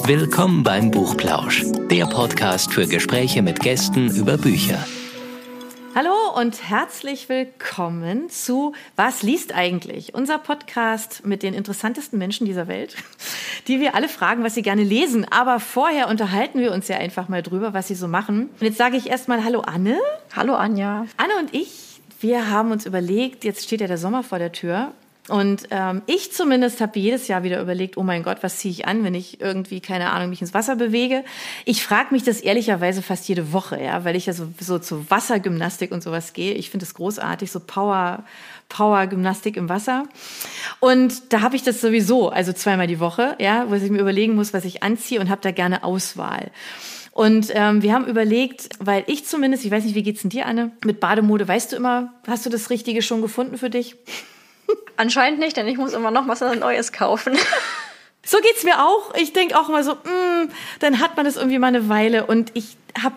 Willkommen beim Buchplausch, der Podcast für Gespräche mit Gästen über Bücher. Hallo und herzlich willkommen zu Was liest eigentlich? Unser Podcast mit den interessantesten Menschen dieser Welt, die wir alle fragen, was sie gerne lesen. Aber vorher unterhalten wir uns ja einfach mal drüber, was sie so machen. Und jetzt sage ich erstmal Hallo Anne. Hallo Anja. Anne und ich, wir haben uns überlegt, jetzt steht ja der Sommer vor der Tür. Und ich zumindest habe jedes Jahr wieder überlegt, oh mein Gott, was ziehe ich an, wenn ich irgendwie, keine Ahnung, mich ins Wasser bewege. Ich frage mich das ehrlicherweise fast jede Woche, ja, weil ich ja so zur Wassergymnastik und sowas gehe. Ich finde es großartig, so Power-Gymnastik im Wasser. Und da habe ich das sowieso, also zweimal die Woche, ja, wo ich mir überlegen muss, was ich anziehe und habe da gerne Auswahl. Und wir haben überlegt, weil ich zumindest, ich weiß nicht, wie geht's denn dir, Anne, mit Bademode, weißt du immer, hast du das Richtige schon gefunden für dich? Anscheinend nicht, denn ich muss immer noch was Neues kaufen. So geht's mir auch. Ich denke auch mal so, dann hat man das irgendwie mal eine Weile. Und ich habe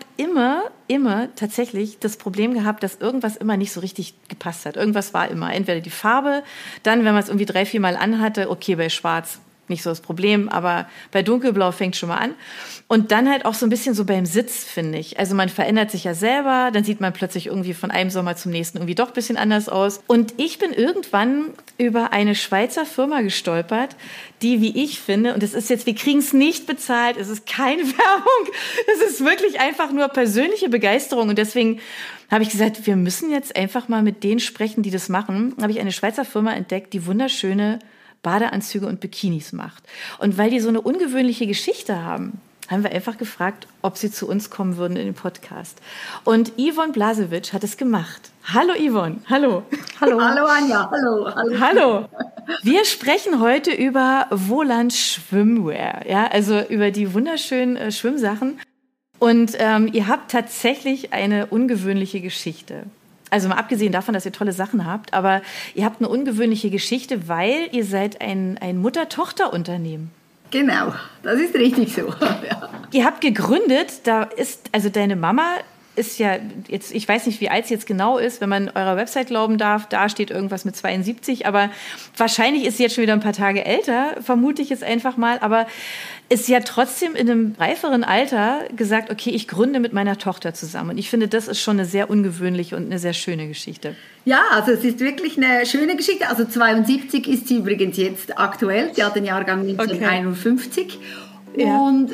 immer tatsächlich das Problem gehabt, dass irgendwas immer nicht so richtig gepasst hat. Irgendwas war immer. Entweder die Farbe, dann, wenn man es irgendwie 3-4 Mal anhatte, okay, bei Schwarz nicht so das Problem, aber bei Dunkelblau fängt schon mal an. Und dann halt auch so ein bisschen so beim Sitz, finde ich. Also man verändert sich ja selber, dann sieht man plötzlich irgendwie von einem Sommer zum nächsten irgendwie doch ein bisschen anders aus. Und ich bin irgendwann über eine Schweizer Firma gestolpert, die, wie ich finde, und das ist jetzt, wir kriegen es nicht bezahlt, es ist keine Werbung, es ist wirklich einfach nur persönliche Begeisterung. Und deswegen habe ich gesagt, wir müssen jetzt einfach mal mit denen sprechen, die das machen. Habe ich eine Schweizer Firma entdeckt, die wunderschöne Badeanzüge und Bikinis macht. Und weil die so eine ungewöhnliche Geschichte haben wir einfach gefragt, ob sie zu uns kommen würden in den Podcast. Und Yvonne Blasewitsch hat es gemacht. Hallo Yvonne, hallo. Hallo. Hallo Anja, hallo. Hallo. Wir sprechen heute über Voland Schwimmwear, ja, also über die wunderschönen Schwimmsachen. Und ihr habt tatsächlich eine ungewöhnliche Geschichte. Also mal abgesehen davon, dass ihr tolle Sachen habt, aber ihr habt eine ungewöhnliche Geschichte, weil ihr seid ein Mutter-Tochter-Unternehmen. Genau, das ist richtig so. Ja. Ihr habt gegründet, also deine Mama ist ja jetzt, ich weiß nicht, wie alt sie jetzt genau ist, wenn man eurer Website glauben darf, da steht irgendwas mit 72, aber wahrscheinlich ist sie jetzt schon wieder ein paar Tage älter, vermute ich jetzt einfach mal, aber ist ja trotzdem in einem reiferen Alter gesagt, okay, ich gründe mit meiner Tochter zusammen. Und ich finde, das ist schon eine sehr ungewöhnliche und eine sehr schöne Geschichte. Ja, also es ist wirklich eine schöne Geschichte. Also 72 ist sie übrigens jetzt aktuell. Sie hat den Jahrgang 1951. Okay. Ja. Und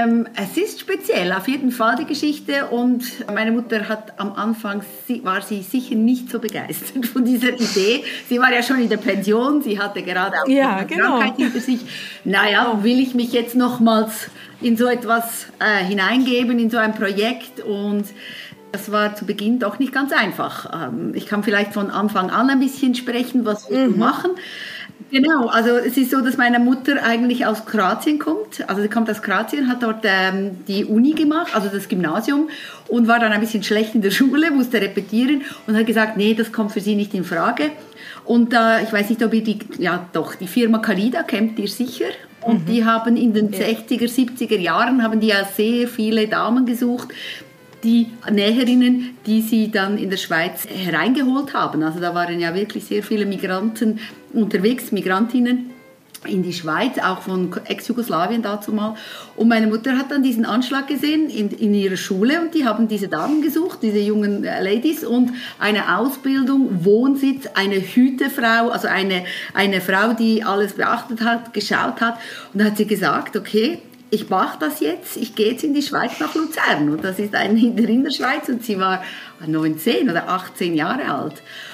es ist speziell, auf jeden Fall die Geschichte. Und meine Mutter hat am Anfang, war sie sicher nicht so begeistert von dieser Idee. Sie war ja schon in der Pension, sie hatte gerade auch eine Krankheit hinter sich. Naja, will ich mich jetzt nochmals in so etwas hineingeben, in so ein Projekt? Und das war zu Beginn doch nicht ganz einfach. Ich kann vielleicht von Anfang an ein bisschen sprechen, was wir machen. Genau, also es ist so, dass meine Mutter eigentlich aus Kroatien kommt. Also sie kommt aus Kroatien, hat dort die Uni gemacht, also das Gymnasium, und war dann ein bisschen schlecht in der Schule, musste repetieren und hat gesagt, nee, das kommt für sie nicht in Frage. Und ich weiß nicht, ob ihr die Firma Kalida kennt ihr sicher. Und die haben in den 60er, 70er Jahren, haben die ja sehr viele Damen gesucht, die Näherinnen, die sie dann in der Schweiz hereingeholt haben. Also da waren ja wirklich sehr viele Migranten unterwegs, Migrantinnen in die Schweiz, auch von Ex-Jugoslawien dazu mal. Und meine Mutter hat dann diesen Anschlag gesehen in ihrer Schule und die haben diese Damen gesucht, diese jungen Ladies, und eine Ausbildung, Wohnsitz, eine Hütefrau, also eine Frau, die alles beachtet hat, geschaut hat. Und da hat sie gesagt, okay, ich mache das jetzt, ich gehe jetzt in die Schweiz nach Luzern. Und das ist in der Innerschweiz und sie war 19 oder 18 Jahre alt.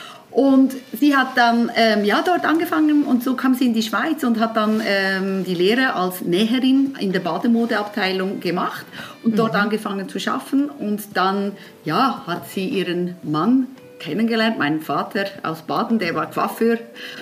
Und sie hat dann dort angefangen und so kam sie in die Schweiz und hat dann die Lehre als Näherin in der Bademodeabteilung gemacht und dort angefangen zu arbeiten. Und dann hat sie ihren Mann kennengelernt, meinen Vater aus Baden, der war Coiffeur,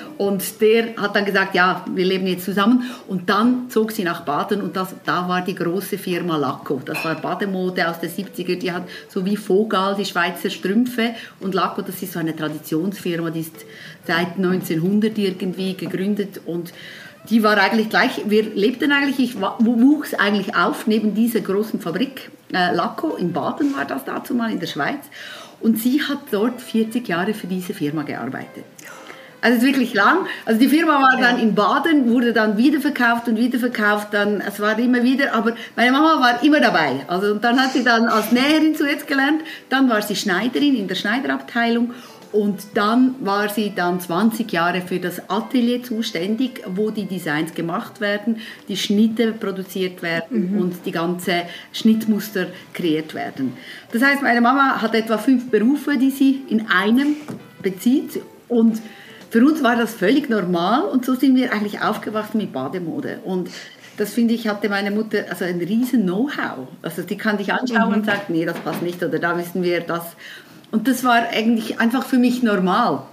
und der hat dann gesagt, ja, wir leben jetzt zusammen, und dann zog sie nach Baden und da war die große Firma Lacko, das war Bademode aus den 70er, die hat so wie Vogel die Schweizer Strümpfe, und Lacko, das ist so eine Traditionsfirma, die ist seit 1900 irgendwie gegründet, und die war eigentlich gleich, wir lebten eigentlich, ich wuchs eigentlich auf neben dieser großen Fabrik, Lacko, in Baden war das dazu mal, in der Schweiz. Und sie hat dort 40 Jahre für diese Firma gearbeitet. Also es ist wirklich lang. Also die Firma war dann in Baden, wurde dann wiederverkauft und wiederverkauft. Dann, es war immer wieder, aber meine Mama war immer dabei. Also und dann hat sie dann als Näherin zuerst gelernt. Dann war sie Schneiderin in der Schneiderabteilung. Und dann war sie dann 20 Jahre für das Atelier zuständig, wo die Designs gemacht werden, die Schnitte produziert werden und die ganze Schnittmuster kreiert werden. Das heißt, meine Mama hat etwa 5 Berufe, die sie in einem bezieht. Und für uns war das völlig normal und so sind wir eigentlich aufgewachsen mit Bademode. Und das finde ich, hatte meine Mutter also ein riesen Know-how. Also die kann dich anschauen und sagt, nee, das passt nicht oder da müssen wir das. Und das war eigentlich einfach für mich normal.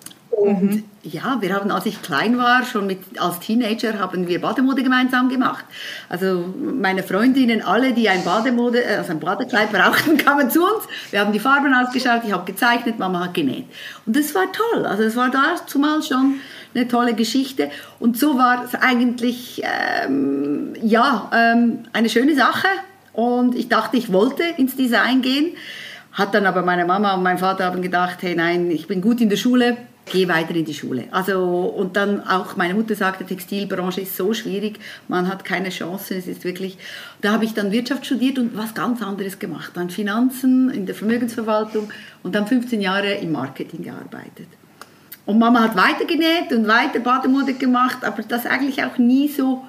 Und ja, wir haben, als ich klein war, schon als Teenager, haben wir Bademode gemeinsam gemacht. Also meine Freundinnen, alle, die ein Badekleid brauchten, kamen zu uns. Wir haben die Farben ausgeschaut, ich habe gezeichnet, Mama hat genäht. Und das war toll. Also es war da zumal schon eine tolle Geschichte. Und so war es eigentlich, eine schöne Sache. Und ich dachte, ich wollte ins Design gehen. Hat dann aber meine Mama und mein Vater haben gedacht, hey nein, ich bin gut in der Schule, geh weiter in die Schule. Also, und dann auch meine Mutter sagte, Textilbranche ist so schwierig, man hat keine Chance, es ist wirklich, da habe ich dann Wirtschaft studiert und was ganz anderes gemacht, dann Finanzen in der Vermögensverwaltung und dann 15 Jahre im Marketing gearbeitet. Und Mama hat weiter genäht und weiter Bademode gemacht, aber das eigentlich auch nie so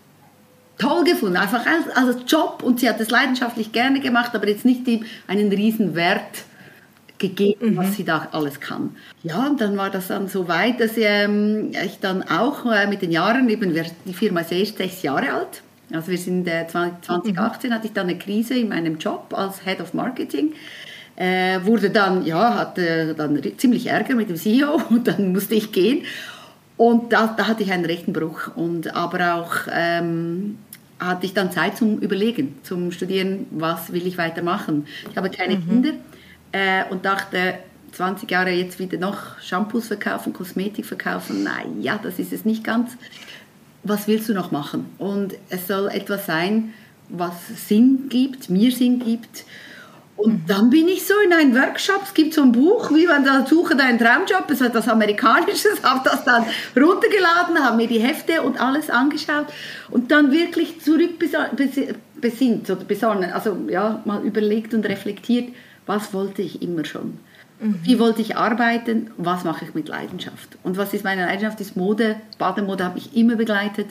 toll gefunden, einfach als Job und sie hat es leidenschaftlich gerne gemacht, aber jetzt nicht einen riesen Wert gegeben, was sie da alles kann. Ja, und dann war das dann so weit, dass ich dann auch mit den Jahren, die Firma ist erst 6 Jahre alt, also wir sind 2018 hatte ich dann eine Krise in meinem Job als Head of Marketing, hatte dann ziemlich Ärger mit dem CEO und dann musste ich gehen. Und da hatte ich einen rechten Bruch. Aber auch hatte ich dann Zeit zum Überlegen, zum Studieren, was will ich weitermachen. Ich habe keine Kinder und dachte, 20 Jahre jetzt wieder noch Shampoos verkaufen, Kosmetik verkaufen, naja, das ist es nicht ganz. Was willst du noch machen? Und es soll etwas sein, was mir Sinn gibt. Und dann bin ich so in einen Workshop, es gibt so ein Buch, wie man da suche deinen Traumjob, es ist etwas Amerikanisches, habe das dann runtergeladen, habe mir die Hefte und alles angeschaut und dann wirklich besonnen, also ja, mal überlegt und reflektiert, was wollte ich immer schon? Wie wollte ich arbeiten? Was mache ich mit Leidenschaft? Und was ist meine Leidenschaft? Ist Mode, Bademode habe ich immer begleitet.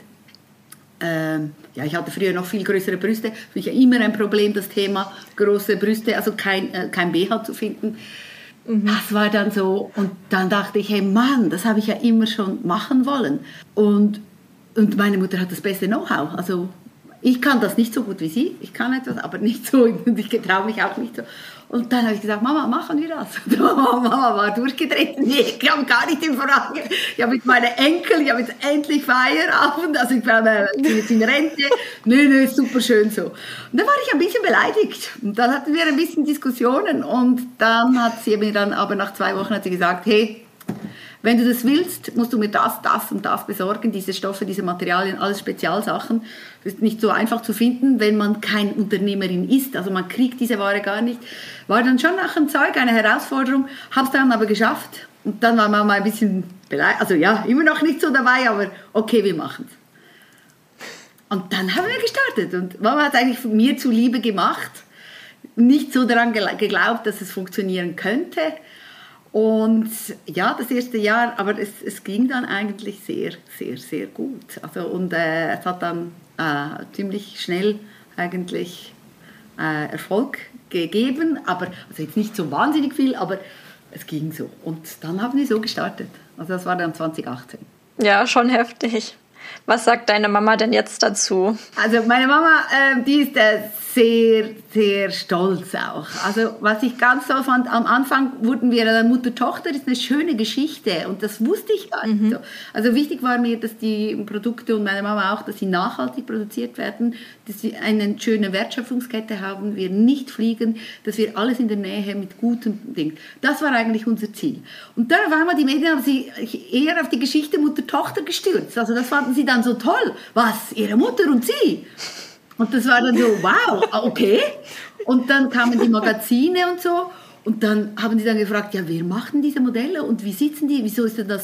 Ich hatte früher noch viel größere Brüste. Das ist ja immer ein Problem, das Thema große Brüste, also kein BH zu finden. Das war dann so. Und dann dachte ich, hey Mann, das habe ich ja immer schon machen wollen. Und meine Mutter hat das beste Know-how. Also ich kann das nicht so gut wie sie. Ich kann etwas, aber nicht so. Und ich traue mich auch nicht so. Und dann habe ich gesagt, Mama, machen wir das. Und Mama war durchgedreht. Nee, ich kam gar nicht in Frage. Ich habe mit meinen Enkeln, ich habe jetzt endlich Feierabend. Also ich bin jetzt in Rente. Nö, super schön so. Und dann war ich ein bisschen beleidigt. Und dann hatten wir ein bisschen Diskussionen. Und dann hat sie mir dann, aber nach 2 Wochen hat sie gesagt, hey, wenn du das willst, musst du mir das und das besorgen, diese Stoffe, diese Materialien, alles Spezialsachen. Das ist nicht so einfach zu finden, wenn man kein Unternehmerin ist. Also man kriegt diese Ware gar nicht. War dann schon nach dem Zeug eine Herausforderung, habe es dann aber geschafft. Und dann war Mama ein bisschen beleidigt, also ja, immer noch nicht so dabei, aber okay, wir machen es. Und dann haben wir gestartet. Und Mama hat eigentlich mir zuliebe gemacht, nicht so daran geglaubt, dass es funktionieren könnte. Und ja, das erste Jahr, aber es ging dann eigentlich sehr, sehr, sehr gut. Also, und es hat dann ziemlich schnell eigentlich Erfolg gegeben, aber also jetzt nicht so wahnsinnig viel, aber es ging so. Und dann haben wir so gestartet. Also das war dann 2018. Ja, schon heftig. Was sagt deine Mama denn jetzt dazu? Also meine Mama, die ist sehr, sehr stolz auch. Also was ich ganz toll fand, am Anfang wurden wir dann Mutter-Tochter, das ist eine schöne Geschichte und das wusste ich gar nicht so. Also wichtig war mir, dass die Produkte und meine Mama auch, dass sie nachhaltig produziert werden, dass sie eine schöne Wertschöpfungskette haben, wir nicht fliegen, dass wir alles in der Nähe mit gutem Ding. Das war eigentlich unser Ziel. Und dann auf einmal die Medien haben sich eher auf die Geschichte Mutter-Tochter gestürzt. Also das fanden sie dann so toll. Was? Ihre Mutter und sie? Und das war dann so, wow, okay. Und dann kamen die Magazine und so. Und dann haben die dann gefragt, ja, wer macht denn diese Modelle und wie sitzen die? Wieso ist denn das so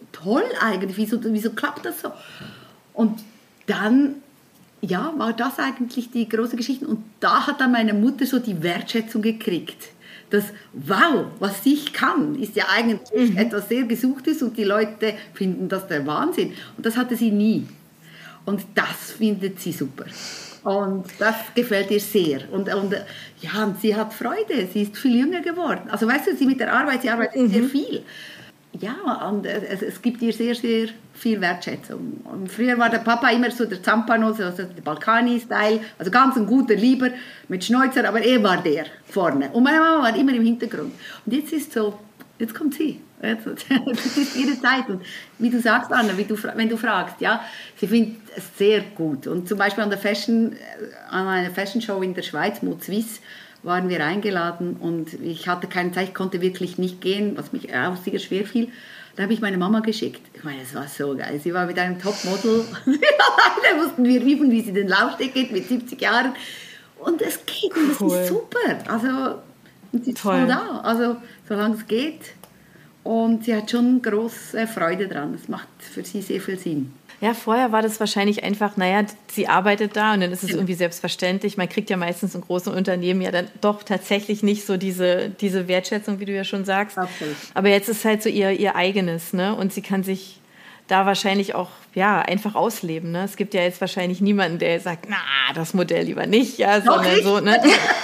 toll eigentlich, wieso klappt das so? Und dann, ja, war das eigentlich die große Geschichte. Und da hat dann meine Mutter so die Wertschätzung gekriegt. Das, wow, was ich kann, ist ja eigentlich etwas sehr Gesuchtes und die Leute finden das der Wahnsinn. Und das hatte sie nie. Und das findet sie super. Und das gefällt ihr sehr. Und ja, und sie hat Freude, sie ist viel jünger geworden. Also weißt du, sie mit der Arbeit, sie arbeitet sehr viel. Ja, und es gibt ihr sehr, sehr viel Wertschätzung. Und früher war der Papa immer so der Zampano, also der Balkani-Style, also ganz ein guter Lieber mit Schnäuzer, aber er war der vorne. Und meine Mama war immer im Hintergrund. Und jetzt ist so, jetzt kommt sie. Das ist ihre Zeit. Und wie du sagst, Anna, wenn du fragst, ja, sie findet es sehr gut. Und zum Beispiel an einer Fashion Show in der Schweiz, Mode Suisse, waren wir eingeladen und ich hatte keine Zeit, ich konnte wirklich nicht gehen, was mich auch sehr schwer fiel. Da habe ich meine Mama geschickt. Ich meine, das war so geil. Sie war mit einem Topmodel. Da mussten wir üben, wie sie den Laufsteg geht mit 70 Jahren. Und es geht und es ist super. Also, sie ist voll da. Also, solange es geht. Und sie hat schon große Freude dran. Das macht für sie sehr viel Sinn. Ja, vorher war das wahrscheinlich einfach, naja, sie arbeitet da und dann ist es irgendwie selbstverständlich. Man kriegt ja meistens in großen Unternehmen ja dann doch tatsächlich nicht so diese Wertschätzung, wie du ja schon sagst. Absolut. Aber jetzt ist halt so ihr eigenes, ne? Und sie kann sich da wahrscheinlich auch, ja, einfach ausleben, ne? Es gibt ja jetzt wahrscheinlich niemanden, der sagt, na, das Modell lieber nicht, ja, sondern so, ne?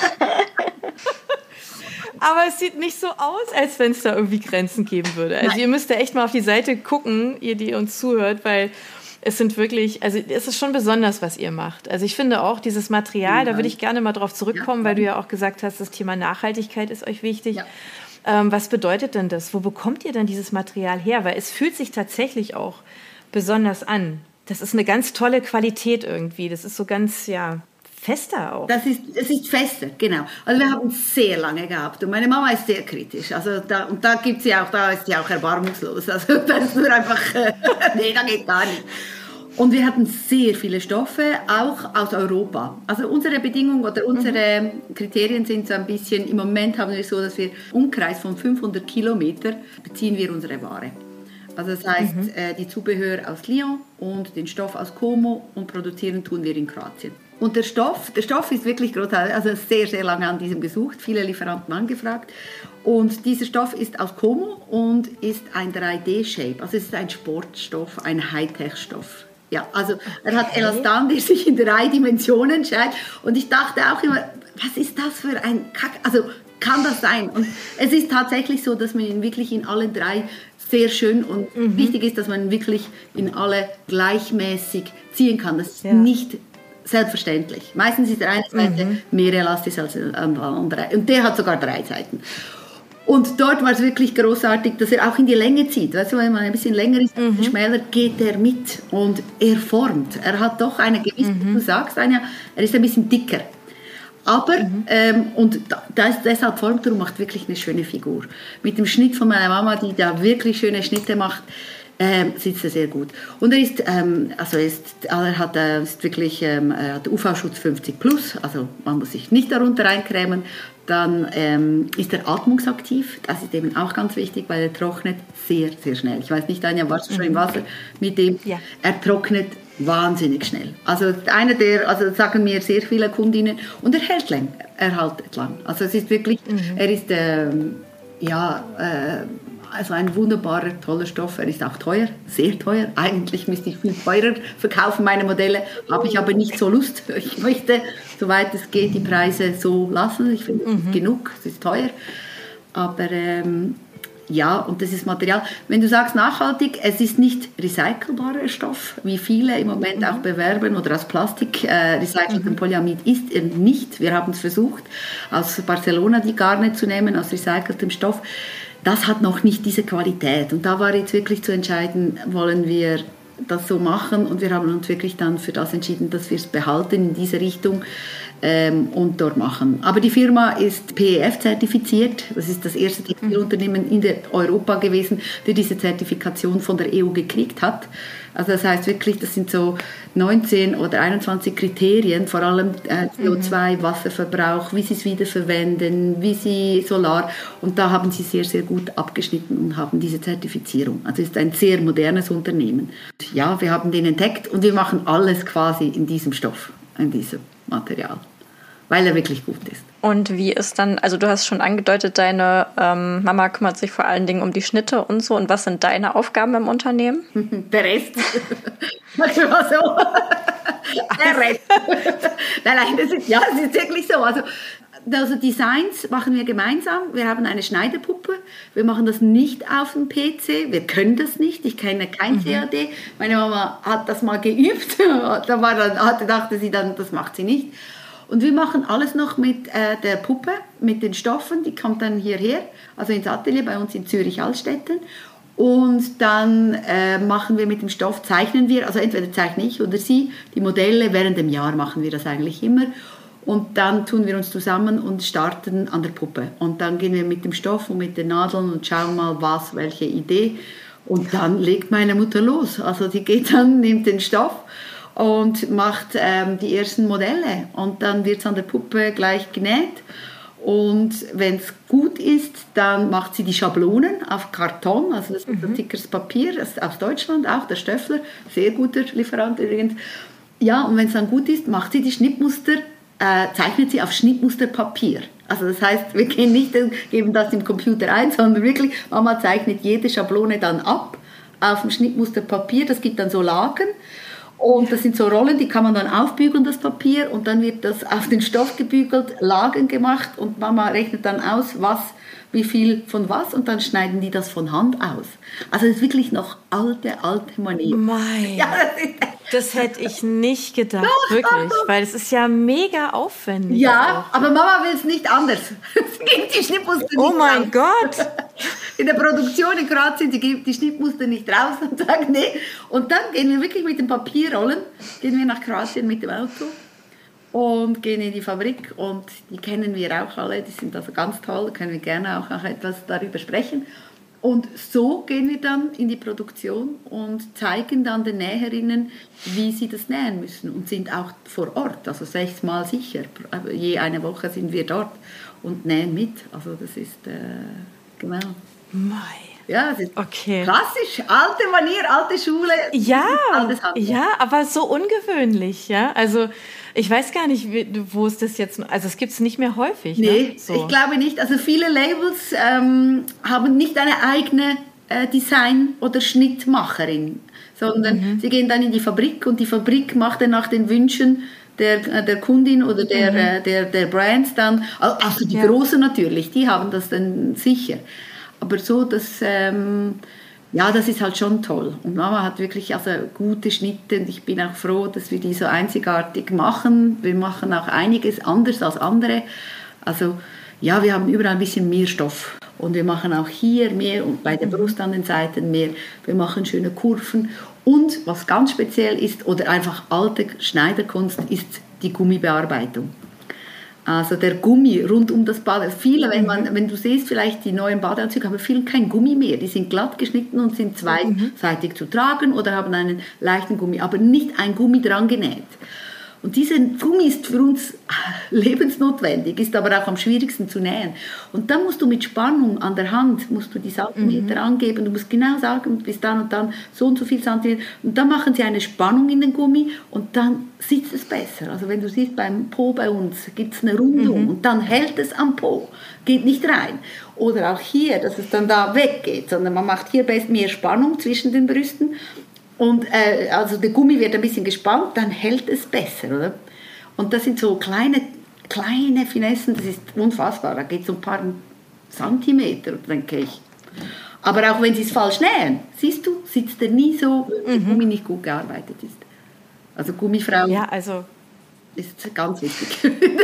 Aber es sieht nicht so aus, als wenn es da irgendwie Grenzen geben würde. Also ihr müsst ja echt mal auf die Seite gucken, ihr, die uns zuhört, weil es sind wirklich, also es ist schon besonders, was ihr macht. Also ich finde auch dieses Material, da würde ich gerne mal drauf zurückkommen, weil du ja auch gesagt hast, das Thema Nachhaltigkeit ist euch wichtig. Ja. Was bedeutet denn das? Wo bekommt ihr denn dieses Material her? Weil es fühlt sich tatsächlich auch besonders an. Das ist eine ganz tolle Qualität irgendwie. Das ist so ganz, ja, fester auch. Es ist fester, genau. Also wir haben es sehr lange gehabt und meine Mama ist sehr kritisch. Also da ist sie auch erbarmungslos. Also das ist nur einfach, nee, da geht gar nicht. Und wir hatten sehr viele Stoffe, auch aus Europa. Also unsere Bedingungen oder unsere Kriterien sind so ein bisschen, im Moment haben wir so, dass wir Umkreis von 500 Kilometer beziehen wir unsere Ware. Also das heißt, die Zubehör aus Lyon und den Stoff aus Como und produzieren tun wir in Kroatien. Und der Stoff ist wirklich großartig, also sehr, sehr lange an diesem gesucht, viele Lieferanten angefragt. Und dieser Stoff ist aus Como und ist ein 3D-Shape, also es ist ein Sportstoff, ein Hightech-Stoff. Ja, also er hat Elastan, der sich in 3 Dimensionen scheint. Und ich dachte auch immer, was ist das für ein Kack? Also kann das sein? Und es ist tatsächlich so, dass man ihn wirklich in allen 3 sehr schön und wichtig ist, dass man wirklich in alle gleichmäßig ziehen kann. Das ist nicht selbstverständlich. Meistens ist der eine Seite mehr elastisch als der andere. Und der hat sogar 3 Seiten. Und dort war es wirklich großartig, dass er auch in die Länge zieht. Weißt du, wenn man ein bisschen länger ist, schmäler, geht er mit und er formt. Er hat doch eine gewisse, du sagst, Anja, er ist ein bisschen dicker. Aber, und deshalb formt er und macht wirklich eine schöne Figur. Mit dem Schnitt von meiner Mama, die da wirklich schöne Schnitte macht, sitzt er sehr gut. Und er hat UV-Schutz 50+, also man muss sich nicht darunter eincremen. Dann ist er atmungsaktiv, das ist eben auch ganz wichtig, weil er trocknet sehr, sehr schnell. Ich weiß nicht, Anja, warst du schon im Wasser mit dem? Ja. Er trocknet wahnsinnig schnell. Also sagen mir sehr viele Kundinnen, und er hält lang, er haltet lang. Also es ist wirklich, er ist also ein wunderbarer, toller Stoff. Er ist auch teuer, sehr teuer. Eigentlich müsste ich viel teurer verkaufen, meine Modelle. Habe ich aber nicht so Lust. Ich möchte, soweit es geht, die Preise so lassen. Ich finde, es ist genug, es ist teuer. Aber ja, und das ist Material. Wenn du sagst nachhaltig, es ist nicht recycelbarer Stoff, wie viele im Moment auch bewerben, oder aus Plastik. Recyceltem Polyamid ist er nicht. Wir haben es versucht, aus Barcelona die Garne zu nehmen, aus recyceltem Stoff. Das hat noch nicht diese Qualität. Und da war jetzt wirklich zu entscheiden, wollen wir das so machen? Und wir haben uns wirklich dann für das entschieden, dass wir es behalten in diese Richtung. und dort machen. Aber die Firma ist PEF-zertifiziert. Das ist das erste Textilunternehmen in Europa gewesen, der diese Zertifikation von der EU gekriegt hat. Also das heißt wirklich, das sind so 19 oder 21 Kriterien, vor allem CO2, Wasserverbrauch, wie sie es wiederverwenden, wie sie Solar. Und da haben sie sehr, sehr gut abgeschnitten und haben diese Zertifizierung. Also es ist ein sehr modernes Unternehmen. Ja, wir haben den entdeckt und wir machen alles quasi in diesem Stoff, in diesem Material, weil er wirklich gut ist. Und wie ist dann, also du hast schon angedeutet, deine Mama kümmert sich vor allen Dingen um die Schnitte und so. Und was sind deine Aufgaben im Unternehmen? Der Rest. Mach mal so. Der Rest. Nein, das ist wirklich so. Also Designs machen wir gemeinsam. Wir haben eine Schneiderpuppe. Wir machen das nicht auf dem PC. Wir können das nicht. Ich kenne kein CAD. Meine Mama hat das mal geübt. Dachte sie dann, das macht sie nicht. Und wir machen alles noch mit der Puppe, mit den Stoffen. Die kommt dann hierher, also ins Atelier bei uns in Zürich-Altstetten. Und dann machen wir mit dem Stoff, zeichnen wir, also entweder zeichne ich oder sie, die Modelle. Während dem Jahr machen wir das eigentlich immer. Und dann tun wir uns zusammen und starten an der Puppe. Und dann gehen wir mit dem Stoff und mit den Nadeln und schauen mal, welche Idee. Und dann legt meine Mutter los. Also die geht dann, nimmt den Stoff und macht die ersten Modelle. Und dann wird es an der Puppe gleich genäht. Und wenn es gut ist, dann macht sie die Schablonen auf Karton. Also das ist ein dickeres Papier, das ist aus Deutschland, auch der Stöffler, sehr guter Lieferant übrigens. Ja, und wenn es dann gut ist, macht sie die Schnittmuster, zeichnet sie auf Schnittmusterpapier. Also das heißt, wir geben das im Computer ein, sondern wirklich, Mama zeichnet jede Schablone dann ab auf dem Schnittmusterpapier. Das gibt dann so Lagen. Und das sind so Rollen, die kann man dann aufbügeln, das Papier, und dann wird das auf den Stoff gebügelt, Lagen gemacht und Mama rechnet dann aus, wie viel von was, und dann schneiden die das von Hand aus. Also das ist wirklich noch alte Manier. Ja, das hätte ich nicht gedacht, wirklich, weil es ist ja mega aufwendig. Ja, aber Mama will es nicht anders. Sie gibt die Schnittmuster nicht raus. Oh mein Gott! In der Produktion in Kroatien, sie gibt die Schnittmuster nicht raus und sagt, nee. Und dann gehen wir wirklich mit den Papierrollen, gehen wir nach Kroatien mit dem Auto und gehen in die Fabrik, und die kennen wir auch alle, die sind also ganz toll, da können wir gerne auch etwas darüber sprechen. Und so gehen wir dann in die Produktion und zeigen dann den Näherinnen, wie sie das nähen müssen, und sind auch vor Ort, also 6-mal sicher. Je eine Woche sind wir dort und nähen mit. Also das ist, genau. Mei. Ja, das ist okay. Klassisch, alte Manier, alte Schule. Ja, aber so ungewöhnlich, ja. Also ich weiß gar nicht, wo es das jetzt, also es gibt es nicht mehr häufig. Nee, ne? So. Ich glaube nicht. Also viele Labels haben nicht eine eigene Design- oder Schnittmacherin, sondern sie gehen dann in die Fabrik, und die Fabrik macht dann nach den Wünschen der Kundin oder der Brands dann, also die Großen natürlich, die haben das dann sicher. Aber so, das ist halt schon toll. Und Mama hat wirklich gute Schnitte, und ich bin auch froh, dass wir die so einzigartig machen. Wir machen auch einiges anders als andere. Also ja, wir haben überall ein bisschen mehr Stoff. Und wir machen auch hier mehr und bei der Brust an den Seiten mehr. Wir machen schöne Kurven. Und was ganz speziell ist, oder einfach alte Schneiderkunst, ist die Gummibearbeitung. Also der Gummi rund um das Bad. Viele, wenn du siehst, vielleicht die neuen Badeanzüge, haben viele kein Gummi mehr. Die sind glatt geschnitten und sind zweiseitig zu tragen oder haben einen leichten Gummi, aber nicht ein Gummi dran genäht. Und dieser Gummi ist für uns lebensnotwendig, ist aber auch am schwierigsten zu nähen. Und dann musst du mit Spannung an der Hand, musst du die Zentimeter angeben, du musst genau sagen, bis dann und dann so und so viel Zentimeter. Und dann machen sie eine Spannung in den Gummi, und dann sitzt es besser. Also wenn du siehst, beim Po bei uns gibt es eine Rundung, und dann hält es am Po, geht nicht rein. Oder auch hier, dass es dann da weggeht, sondern man macht hier mehr Spannung zwischen den Brüsten. Und also der Gummi wird ein bisschen gespannt, dann hält es besser, oder? Und das sind so kleine Finessen, das ist unfassbar. Da geht es um ein paar Zentimeter, denke ich. Aber auch wenn sie es falsch nähen, siehst du, sitzt er nie so, wenn der Gummi nicht gut gearbeitet ist. Also Gummifrau. Ja, also ist ganz wichtig.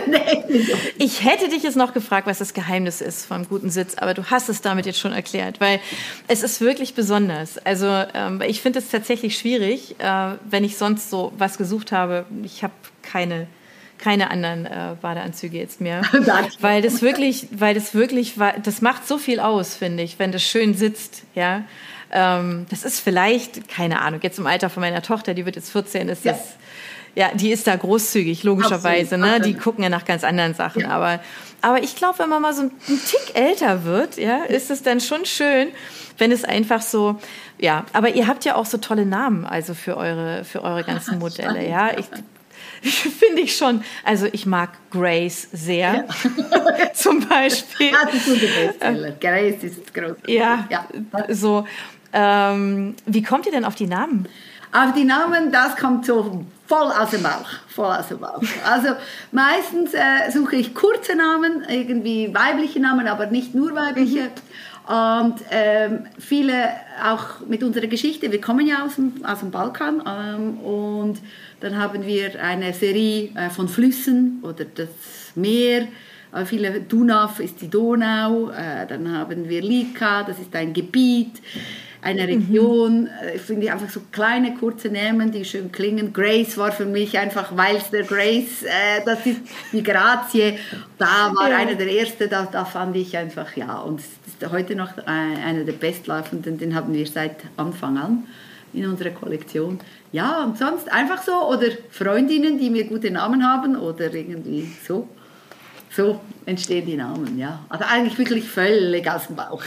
Ich hätte dich jetzt noch gefragt, was das Geheimnis ist vom guten Sitz, aber du hast es damit jetzt schon erklärt, weil es ist wirklich besonders. Also ich finde es tatsächlich schwierig, wenn ich sonst so was gesucht habe. Ich habe keine keine anderen Badeanzüge jetzt mehr. Weil das wirklich, das macht so viel aus, finde ich, wenn das schön sitzt, ja. Das ist vielleicht, keine Ahnung, jetzt im Alter von meiner Tochter, die wird jetzt 14, ist das, ja, die ist da großzügig, logischerweise, absolut, ne? Die gucken ja nach ganz anderen Sachen, ja. Aber ich glaube, wenn man mal so ein Tick älter wird, ja, ist es dann schon schön, wenn es einfach so, ja, aber ihr habt ja auch so tolle Namen, also für eure ganzen Modelle, ja. Finde ich schon, also ich mag Grace sehr, zum Beispiel. Das ist unser Bestseller. Grace ist groß. Ja, so. Wie kommt ihr denn auf die Namen? Auf die Namen, das kommt so voll aus dem Bauch. Also meistens suche ich kurze Namen, irgendwie weibliche Namen, aber nicht nur weibliche. Und viele auch mit unserer Geschichte, wir kommen ja aus dem Balkan und dann haben wir eine Serie von Flüssen oder das Meer. Viele Dunav ist die Donau, dann haben wir Lika, das ist ein Gebiet, eine Region. Ich finde einfach so kleine, kurze Namen, die schön klingen. Grace war für mich einfach, weil es der Grace, das ist die Grazie, da war einer der ersten, da fand ich einfach, ja, und es ist heute noch einer der bestlaufenden, den haben wir seit Anfang an in unserer Kollektion. Ja, und sonst einfach so, oder Freundinnen, die mir gute Namen haben, oder irgendwie so. So entstehen die Namen, ja. Also eigentlich wirklich völlig aus dem Bauch.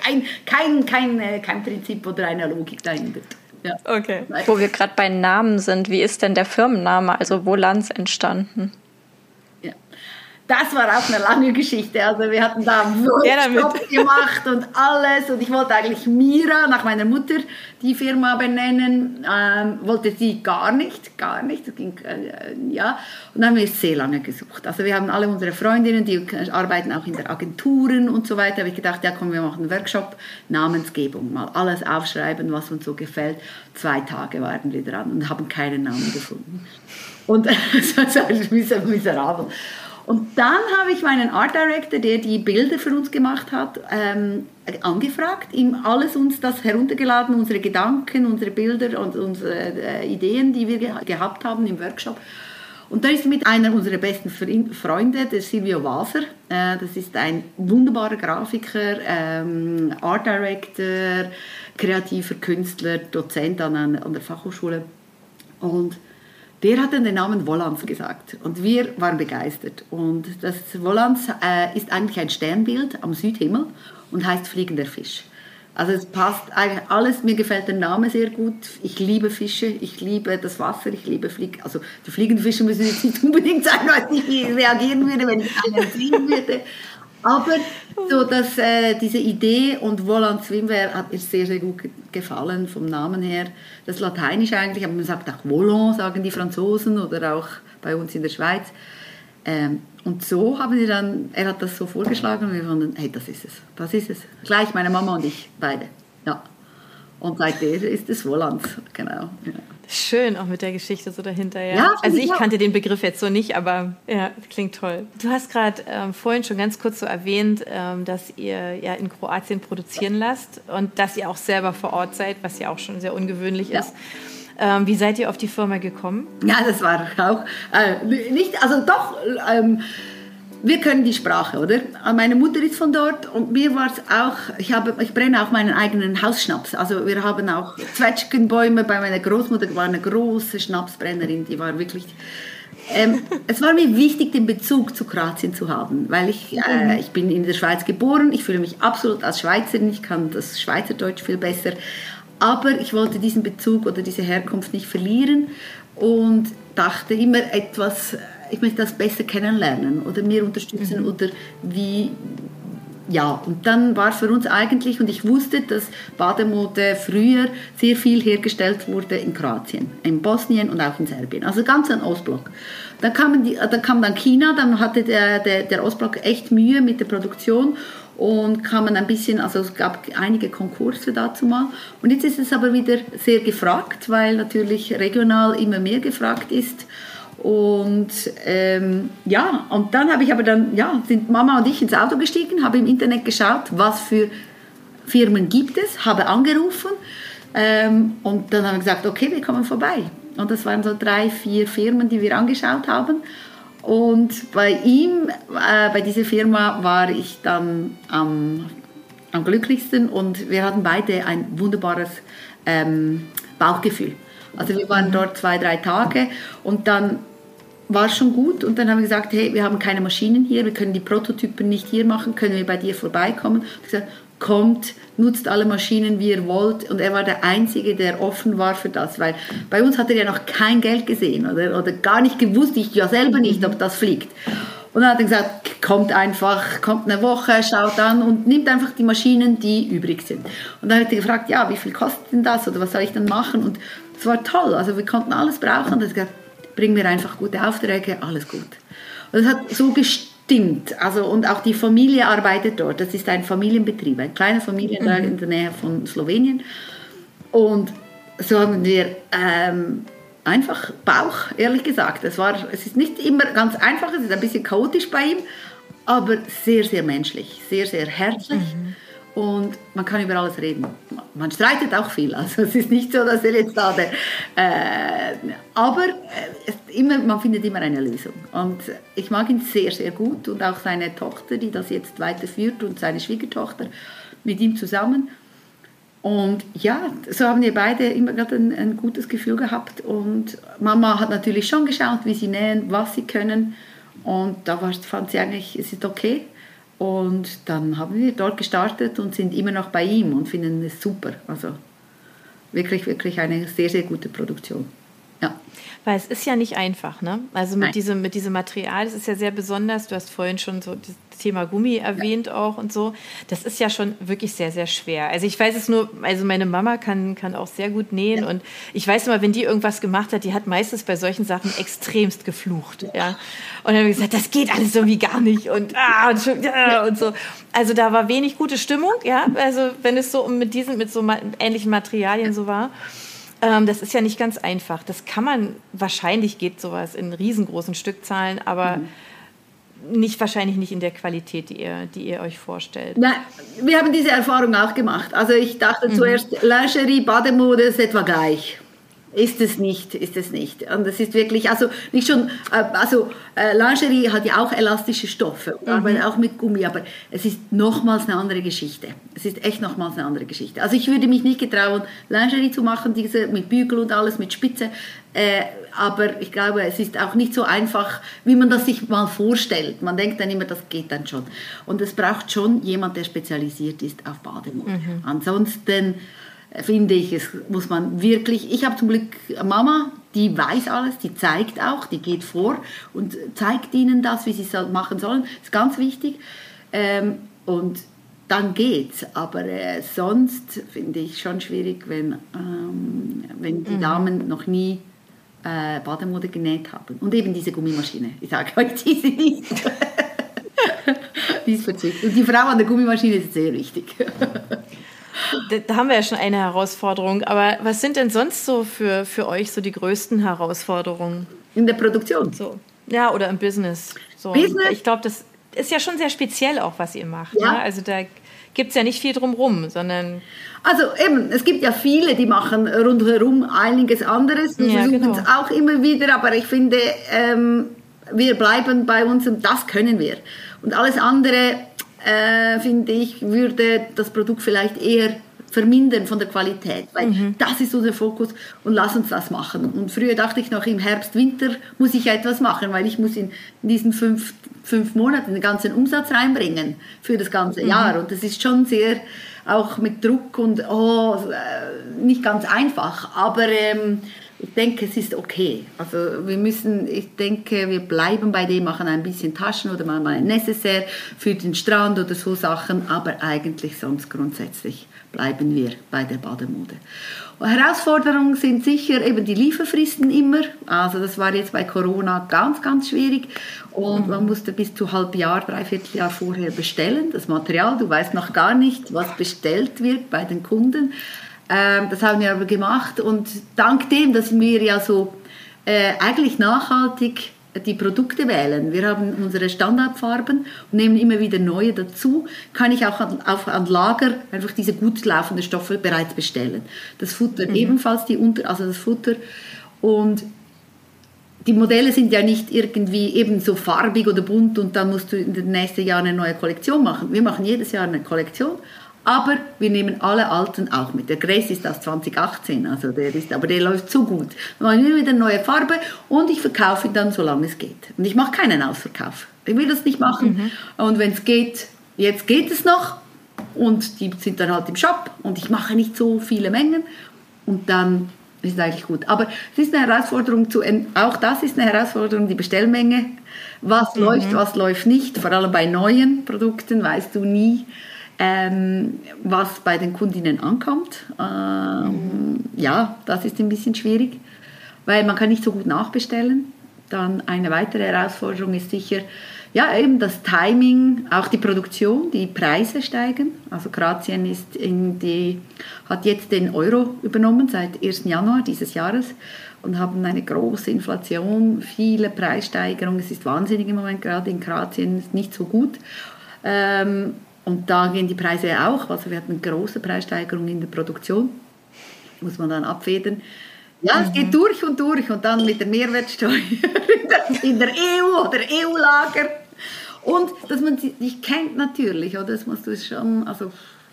Kein Prinzip oder eine Logik dahinter. Ja. Okay. Wo wir gerade bei Namen sind, wie ist denn der Firmenname, also Volans, entstanden? Ja. Das war auch eine lange Geschichte. Also wir hatten da Workshops gemacht und alles. Und ich wollte eigentlich Mira, nach meiner Mutter, die Firma benennen. Wollte sie gar nicht. Das ging, ja. Und dann haben wir sehr lange gesucht. Also wir haben alle unsere Freundinnen, die arbeiten auch in der Agenturen und so weiter. Da habe ich gedacht, ja komm, wir machen einen Workshop, Namensgebung. Mal alles aufschreiben, was uns so gefällt. 2 Tage waren wir dran und haben keinen Namen gefunden. Und das war miserabel. Und dann habe ich meinen Art Director, der die Bilder für uns gemacht hat, angefragt, ihm alles uns das heruntergeladen, unsere Gedanken, unsere Bilder und unsere Ideen, die wir gehabt haben im Workshop. Und da ist mit einer unserer besten Freunde, der Silvio Waser, das ist ein wunderbarer Grafiker, Art Director, kreativer Künstler, Dozent an der Fachhochschule. Und der hat dann den Namen Volans gesagt und wir waren begeistert. Und das Volans ist eigentlich ein Sternbild am Südhimmel und heißt fliegender Fisch. Also es passt eigentlich alles, mir gefällt der Name sehr gut. Ich liebe Fische, ich liebe das Wasser, ich liebe also die fliegenden Fische müssen jetzt nicht unbedingt sein, weil ich reagieren würde, wenn ich einen sehen würde. Aber so, dass diese Idee und Volant Swimwear hat mir sehr, sehr gut gefallen vom Namen her. Das ist lateinisch eigentlich, aber man sagt auch Volant, sagen die Franzosen oder auch bei uns in der Schweiz. Und so haben wir dann, er hat das so vorgeschlagen und wir fanden, hey, das ist es. Gleich meine Mama und ich, beide. Ja. Und seitdem ist es Volant, genau. Ja. Schön, auch mit der Geschichte so dahinter. Ja. Also ich kannte den Begriff jetzt so nicht, aber ja, klingt toll. Du hast gerade vorhin schon ganz kurz so erwähnt, dass ihr ja in Kroatien produzieren lasst und dass ihr auch selber vor Ort seid, was ja auch schon sehr ungewöhnlich ist. Wie seid ihr auf die Firma gekommen? Ja, das war auch nicht, also doch, wir können die Sprache, oder? Meine Mutter ist von dort und mir war es auch, ich brenne auch meinen eigenen Hausschnaps. Also wir haben auch Zwetschgenbäume, bei meiner Großmutter war eine große Schnapsbrennerin, die war wirklich... es war mir wichtig, den Bezug zu Kroatien zu haben, weil ich bin in der Schweiz geboren, ich fühle mich absolut als Schweizerin, ich kann das Schweizerdeutsch viel besser, aber ich wollte diesen Bezug oder diese Herkunft nicht verlieren und dachte immer ich möchte das besser kennenlernen oder mir unterstützen oder wie, ja, und dann war für uns eigentlich, und ich wusste, dass Bademode früher sehr viel hergestellt wurde in Kroatien, in Bosnien und auch in Serbien, also ganz ein Ostblock. Dann kam dann China, dann hatte der Ostblock echt Mühe mit der Produktion und kamen ein bisschen, also es gab einige Konkurse dazu mal. Und jetzt ist es aber wieder sehr gefragt, weil natürlich regional immer mehr gefragt ist. Und und dann habe ich sind Mama und ich ins Auto gestiegen, habe im Internet geschaut, was für Firmen gibt es, habe angerufen und dann haben wir gesagt, okay, wir kommen vorbei. Und das waren so 3, 4 Firmen, die wir angeschaut haben. Und bei ihm, bei dieser Firma, war ich dann am glücklichsten und wir hatten beide ein wunderbares Bauchgefühl. Also wir waren dort 2-3 Tage und dann war es schon gut und dann haben wir gesagt, hey, wir haben keine Maschinen hier, wir können die Prototypen nicht hier machen, können wir bei dir vorbeikommen? Und ich gesagt, kommt, nutzt alle Maschinen, wie ihr wollt. Und er war der Einzige, der offen war für das, weil bei uns hat er ja noch kein Geld gesehen oder gar nicht gewusst, ich ja selber nicht, ob das fliegt. Und dann hat er gesagt, kommt einfach, kommt eine Woche, schaut an und nimmt einfach die Maschinen, die übrig sind. Und dann hat er gefragt, ja, wie viel kostet denn das oder was soll ich dann machen? Und es war toll, also wir konnten alles brauchen. Und er hat gesagt, bring mir einfach gute Aufträge, alles gut. Und es hat so gestimmt. Also, und auch die Familie arbeitet dort. Das ist ein Familienbetrieb, ein kleiner Familienbetrieb in der Nähe von Slowenien. Und so haben wir einfach Bauch, ehrlich gesagt. Es ist nicht immer ganz einfach, es ist ein bisschen chaotisch bei ihm, aber sehr, sehr menschlich, sehr, sehr herzlich. Und man kann über alles reden. Man streitet auch viel. Also es ist nicht so, dass er jetzt da aber man findet immer eine Lösung. Und ich mag ihn sehr, sehr gut. Und auch seine Tochter, die das jetzt weiterführt und seine Schwiegertochter mit ihm zusammen. Und ja, so haben wir beide immer gerade ein gutes Gefühl gehabt. Und Mama hat natürlich schon geschaut, wie sie nähen, was sie können. Und da fand sie eigentlich, es ist okay. Und dann haben wir dort gestartet und sind immer noch bei ihm und finden es super. Also wirklich, wirklich eine sehr, sehr gute Produktion. Ja. Weil es ist ja nicht einfach, ne? Also mit diesem Material, das ist ja sehr besonders. Du hast vorhin schon so das Thema Gummi erwähnt auch und so. Das ist ja schon wirklich sehr, sehr schwer. Also ich weiß es nur, also meine Mama kann auch sehr gut nähen und ich weiß immer, wenn die irgendwas gemacht hat, die hat meistens bei solchen Sachen extremst geflucht, ja. Und dann haben wir gesagt, das geht alles irgendwie gar nicht und so. Also da war wenig gute Stimmung, ja. Also wenn es so mit so ähnlichen Materialien so war. Das ist ja nicht ganz einfach. Das kann man, wahrscheinlich geht sowas in riesengroßen Stückzahlen, aber wahrscheinlich nicht in der Qualität, die ihr euch vorstellt. Nein, wir haben diese Erfahrung auch gemacht. Also ich dachte zuerst, Lingerie, Bademode ist etwa gleich. Ist es nicht. Und es ist wirklich, also nicht schon, Lingerie hat ja auch elastische Stoffe und arbeitet auch mit Gummi, aber es ist nochmals eine andere Geschichte. Es ist echt nochmals eine andere Geschichte. Also ich würde mich nicht getrauen, Lingerie zu machen, diese mit Bügel und alles, mit Spitze, aber ich glaube, es ist auch nicht so einfach, wie man das sich mal vorstellt. Man denkt dann immer, das geht dann schon. Und es braucht schon jemand, der spezialisiert ist auf Bademode. Ansonsten finde ich, es muss man wirklich, ich habe zum Glück Mama, die weiß alles, die zeigt auch, die geht vor und zeigt ihnen das, wie sie es machen sollen, das ist ganz wichtig und dann geht's, aber sonst finde ich schon schwierig, wenn die Damen noch nie Bademode genäht haben und eben diese Gummimaschine, ich sage euch, diese nicht. Die ist verzückt und die Frau an der Gummimaschine ist sehr wichtig. Da haben wir ja schon eine Herausforderung. Aber was sind denn sonst so für euch so die größten Herausforderungen? In der Produktion? So. Ja, oder im Business. So. Business? Ich glaube, das ist ja schon sehr speziell auch, was ihr macht. Ja. Ne? Also da gibt es ja nicht viel drumherum, sondern... Also eben, es gibt ja viele, die machen rundherum einiges anderes. Wir versuchen es auch immer wieder, aber ich finde, wir bleiben bei uns und das können wir. Und alles andere... finde ich, würde das Produkt vielleicht eher vermindern von der Qualität, weil das ist unser Fokus und lass uns das machen. Und früher dachte ich noch, im Herbst, Winter muss ich etwas machen, weil ich muss in diesen fünf Monaten den ganzen Umsatz reinbringen für das ganze Jahr und das ist schon sehr, auch mit Druck und nicht ganz einfach, aber ich denke, es ist okay. Also ich denke, wir bleiben bei dem, machen ein bisschen Taschen oder mal ein Necessaire für den Strand oder so Sachen, aber eigentlich sonst grundsätzlich bleiben wir bei der Bademode. Und Herausforderungen sind sicher eben die Lieferfristen immer. Also das war jetzt bei Corona ganz, ganz schwierig und man musste bis zu Dreivierteljahr vorher bestellen. Das Material, du weißt noch gar nicht, was bestellt wird bei den Kunden. Das haben wir aber gemacht und dank dem, dass wir ja so eigentlich nachhaltig die Produkte wählen, wir haben unsere Standardfarben und nehmen immer wieder neue dazu, kann ich auch an Lager einfach diese gut laufenden Stoffe bereits bestellen. Das Futter ebenfalls, das Futter und die Modelle sind ja nicht irgendwie eben so farbig oder bunt und dann musst du in den nächsten Jahren eine neue Kollektion machen. Wir machen jedes Jahr eine Kollektion, aber wir nehmen alle alten auch mit. Der Grace ist aus 2018, also aber der läuft so gut. Wir machen immer wieder eine neue Farbe und ich verkaufe ihn dann, solange es geht. Und ich mache keinen Ausverkauf. Ich will das nicht machen. Und wenn es geht, jetzt geht es noch und die sind dann halt im Shop und ich mache nicht so viele Mengen und dann ist es eigentlich gut. Aber es ist eine Herausforderung, auch das ist eine Herausforderung, die Bestellmenge. Was läuft, was läuft nicht. Vor allem bei neuen Produkten weißt du nie, was bei den Kundinnen ankommt. Ja, das ist ein bisschen schwierig, weil man kann nicht so gut nachbestellen. Dann eine weitere Herausforderung ist sicher, ja, eben das Timing, auch die Produktion, die Preise steigen. Also Grazien hat jetzt den Euro übernommen seit 1. Januar dieses Jahres und haben eine große Inflation, viele Preissteigerungen. Es ist wahnsinnig im Moment gerade in Grazien, ist nicht so gut. Und da gehen die Preise auch. Also wir hatten große Preissteigerungen in der Produktion. Muss man dann abfedern. Ja, es geht durch und dann mit der Mehrwertsteuer in der EU oder EU-Lager. Und dass man sich kennt natürlich, oder? Das musst du schon, also,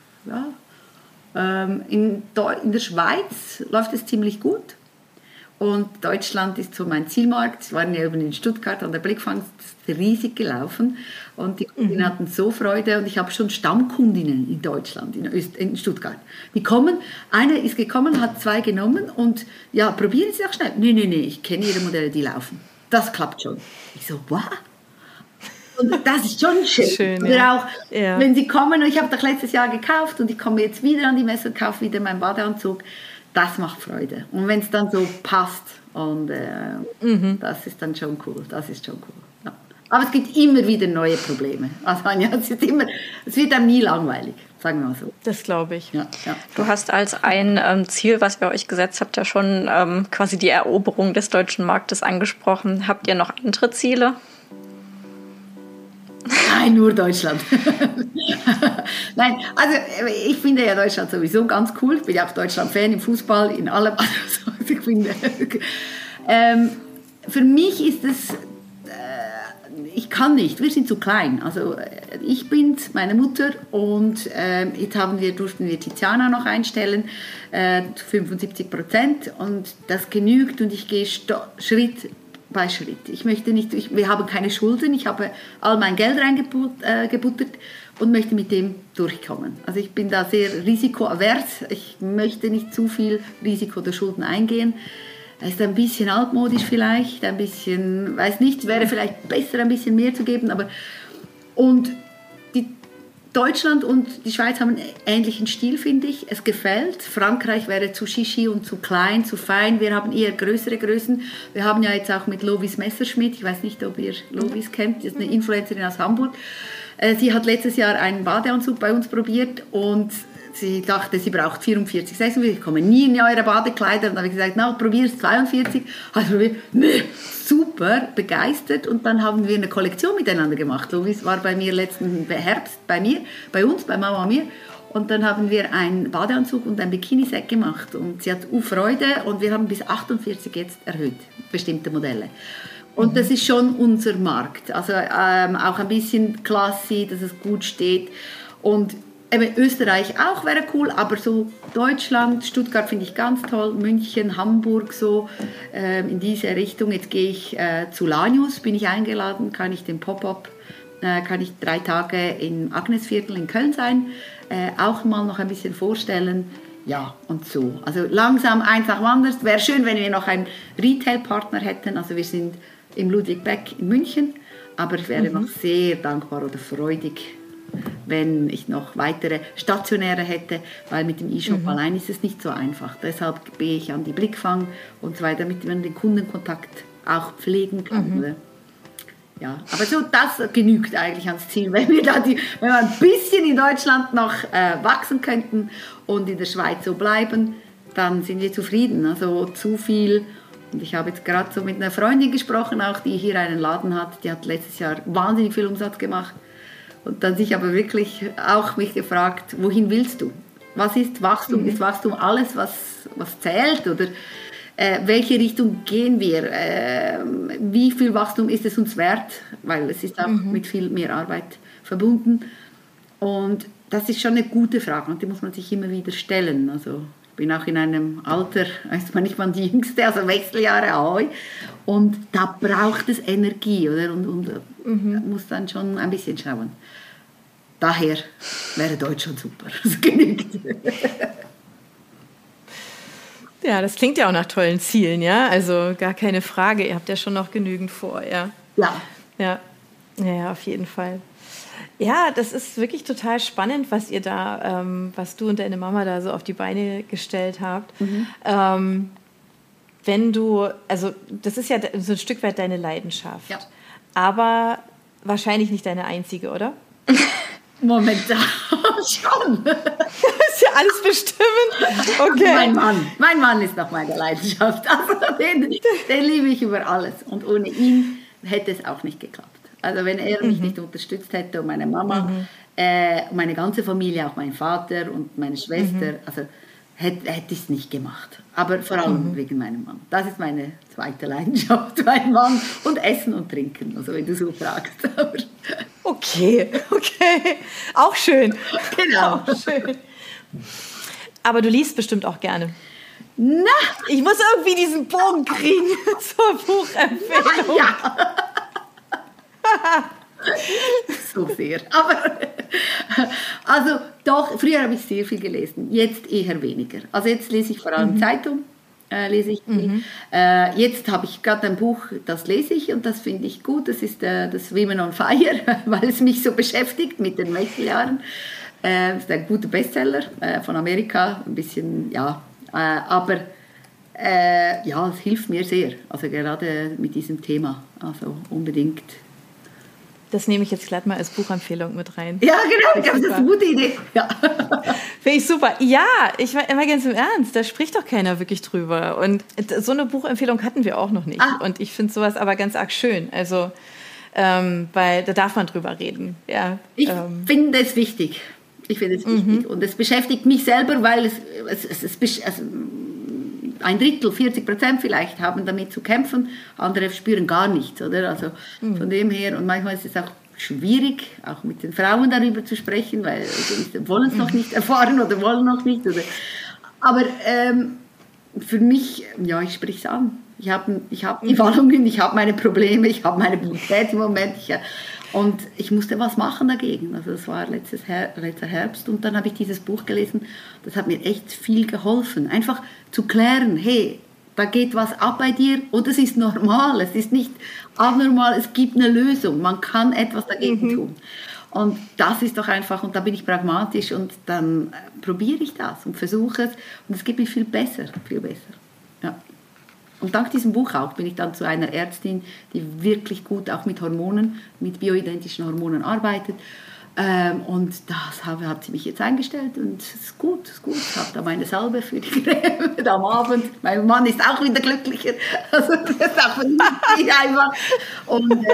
ja. In der Schweiz läuft es ziemlich gut. Und Deutschland ist so mein Zielmarkt. Wir waren ja eben in Stuttgart an der Blickfang, das ist riesig gelaufen. Und die Kundinnen hatten so Freude. Und ich habe schon Stammkundinnen in Deutschland, in Stuttgart. Die kommen, eine ist gekommen, hat 2 genommen und ja, probieren Sie doch schnell. Nee, ich kenne Ihre Modelle, die laufen. Das klappt schon. Ich so, wow. Und das ist schon schön. Oder ja. Auch, wenn Sie kommen, ich habe doch letztes Jahr gekauft und ich komme jetzt wieder an die Messe und kaufe wieder meinen Badeanzug. Das macht Freude. Und wenn es dann so passt, und das ist dann schon cool. Das ist schon cool. Ja. Aber es gibt immer wieder neue Probleme. Also Anja, es wird einem nie langweilig, sagen wir mal so. Das glaube ich. Ja. Du hast als ein Ziel, was ihr euch gesetzt habt, ja schon quasi die Eroberung des deutschen Marktes angesprochen. Habt ihr noch andere Ziele? Nein, nur Deutschland. Nein, also ich finde ja Deutschland sowieso ganz cool. Ich bin ja auch Deutschland-Fan im Fußball, in allem. Also, ich finde, für mich ist es, ich kann nicht, wir sind zu klein. Also ich bin's, meine Mutter und jetzt durften wir Tiziana noch einstellen, 75% und das genügt und ich gehe Schritt bei Schritt. Ich möchte nicht, wir haben keine Schulden, ich habe all mein Geld reingebuttert und möchte mit dem durchkommen. Also ich bin da sehr risikoavers, ich möchte nicht zu viel Risiko der Schulden eingehen. Es ist ein bisschen altmodisch vielleicht, ein bisschen, weiß nicht, wäre vielleicht besser ein bisschen mehr zu geben, aber und Deutschland und die Schweiz haben einen ähnlichen Stil, finde ich. Es gefällt. Frankreich wäre zu shishi und zu klein, zu fein. Wir haben eher größere Größen. Wir haben ja jetzt auch mit Lovis Messerschmidt, ich weiß nicht, ob ihr Lovis kennt, das ist eine Influencerin aus Hamburg. Sie hat letztes Jahr einen Badeanzug bei uns probiert und sie dachte, sie braucht 44, 46, ich komme nie in eure Badekleider. Und dann habe ich gesagt, probier es 42. Also super, begeistert. Und dann haben wir eine Kollektion miteinander gemacht. Lovis war bei mir letzten Herbst bei uns, bei Mama und mir. Und dann haben wir einen Badeanzug und ein Bikini-Set gemacht. Und sie hat Freude und wir haben bis 48 jetzt erhöht, bestimmte Modelle. Und das ist schon unser Markt. Also auch ein bisschen classy, dass es gut steht. Und Österreich auch wäre cool, aber so Deutschland, Stuttgart finde ich ganz toll, München, Hamburg so in diese Richtung. Jetzt gehe ich zu Lanius, bin ich eingeladen, kann ich den Pop-up, kann ich 3 Tage im Agnesviertel in Köln sein, auch mal noch ein bisschen vorstellen. Ja, und so. Also langsam eins nach dem anderen. Wäre schön, wenn wir noch einen Retail-Partner hätten. Also wir sind im Ludwig Beck in München, aber ich wäre noch sehr dankbar oder freudig, wenn ich noch weitere Stationäre hätte, weil mit dem E-Shop allein ist es nicht so einfach. Deshalb gehe ich an die Blickfang und so weiter, damit man den Kundenkontakt auch pflegen kann. Oder? Ja, aber so, das genügt eigentlich ans Ziel. Wenn wir ein bisschen in Deutschland noch wachsen könnten und in der Schweiz so bleiben, dann sind wir zufrieden. Also zu viel. Und ich habe jetzt gerade so mit einer Freundin gesprochen, auch die hier einen Laden hat, die hat letztes Jahr wahnsinnig viel Umsatz gemacht. Und dann sich aber wirklich auch mich gefragt, wohin willst du? Was ist Wachstum? Ist Wachstum alles, was zählt? Oder welche Richtung gehen wir, wie viel Wachstum ist es uns wert, weil es ist auch mit viel mehr Arbeit verbunden. Und das ist schon eine gute Frage und die muss man sich immer wieder stellen. Also ich bin auch in einem Alter, ist man nicht mal die Jüngste, also Wechseljahre Ahoi. Und da braucht es Energie, oder? Und muss dann schon ein bisschen schauen. Daher wäre Deutschland super. Das genügt. Ja, das klingt ja auch nach tollen Zielen, ja? Also gar keine Frage. Ihr habt ja schon noch genügend vor, ja? Ja, auf jeden Fall. Ja, das ist wirklich total spannend, was ihr da, was du und deine Mama da so auf die Beine gestellt habt. Wenn du, also das ist ja so ein Stück weit deine Leidenschaft, aber wahrscheinlich nicht deine einzige, oder? Momentan schon. Das ist ja alles bestimmend. Okay. Mein Mann ist noch meine Leidenschaft. Also den liebe ich über alles. Und ohne ihn hätte es auch nicht geklappt. Also wenn er mich nicht unterstützt hätte und meine Mama, meine ganze Familie, auch mein Vater und meine Schwester, also hätte ich es nicht gemacht. Aber vor allem wegen meinem Mann. Das ist meine zweite Leidenschaft, mein Mann und Essen und Trinken, also wenn du so fragst. Okay. Auch schön. Genau. Auch schön. Aber du liest bestimmt auch gerne. Na, ich muss irgendwie diesen Bogen kriegen zur Buchempfehlung. Ja. So sehr. Aber also doch, früher habe ich sehr viel gelesen, jetzt eher weniger. Also jetzt lese ich vor allem Zeitung, jetzt habe ich gerade ein Buch, das lese ich und das finde ich gut. Das ist das Women on Fire, weil es mich so beschäftigt mit den Wechseljahren. Das ist ein guter Bestseller von Amerika, ein bisschen, aber es hilft mir sehr, also gerade mit diesem Thema, also unbedingt. Das nehme ich jetzt glatt mal als Buchempfehlung mit rein. Ja, genau, ich glaube, das ist eine gute Idee. Ja. Finde ich super. Ja, ich war immer ganz im Ernst, da spricht doch keiner wirklich drüber. Und so eine Buchempfehlung hatten wir auch noch nicht. Und ich finde sowas aber ganz arg schön. Also, weil da darf man drüber reden. Ja, ich finde es wichtig. Wichtig. Und es beschäftigt mich selber, weil ein Drittel, 40% vielleicht, haben damit zu kämpfen, andere spüren gar nichts, oder? Also von dem her, und manchmal ist es auch schwierig, auch mit den Frauen darüber zu sprechen, weil sie wollen es noch nicht erfahren oder wollen noch nicht. Oder. Aber für mich, ich spreche es an. Ich habe die Wallungen, ich habe meine Probleme, ich habe meine Blutät im Moment. Und ich musste was machen dagegen. Also das war letzter Herbst und dann habe ich dieses Buch gelesen. Das hat mir echt viel geholfen. Einfach zu klären, hey, da geht was ab bei dir und es ist normal. Es ist nicht abnormal, es gibt eine Lösung. Man kann etwas dagegen tun. Und das ist doch einfach, und da bin ich pragmatisch und dann probiere ich das und versuche es. Und es geht mir viel besser. Ja. Und dank diesem Buch auch bin ich dann zu einer Ärztin, die wirklich gut auch mit Hormonen, mit bioidentischen Hormonen arbeitet. Und das hat sie mich jetzt eingestellt und es ist gut. Ich habe da meine Salbe für die Creme am Abend. Mein Mann ist auch wieder glücklicher. Also das ist auch nicht einfach. Und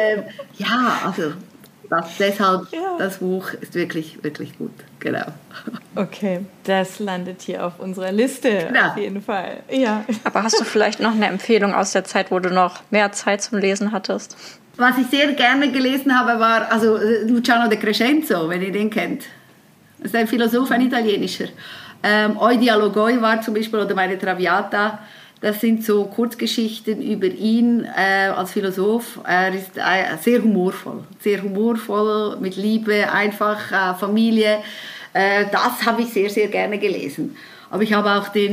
deshalb, das Buch ist wirklich, wirklich gut. Genau. Okay, das landet hier auf unserer Liste auf jeden Fall. Ja. Aber hast du vielleicht noch eine Empfehlung aus der Zeit, wo du noch mehr Zeit zum Lesen hattest? Was ich sehr gerne gelesen habe, war Luciano de Crescenzo, wenn ihr den kennt. Das ist ein Philosoph, ein italienischer. Oidialogoi war zum Beispiel, oder meine Traviata. Das sind so Kurzgeschichten über ihn als Philosoph. Er ist sehr humorvoll, mit Liebe, einfach Familie. Das habe ich sehr, sehr gerne gelesen. Aber ich habe auch den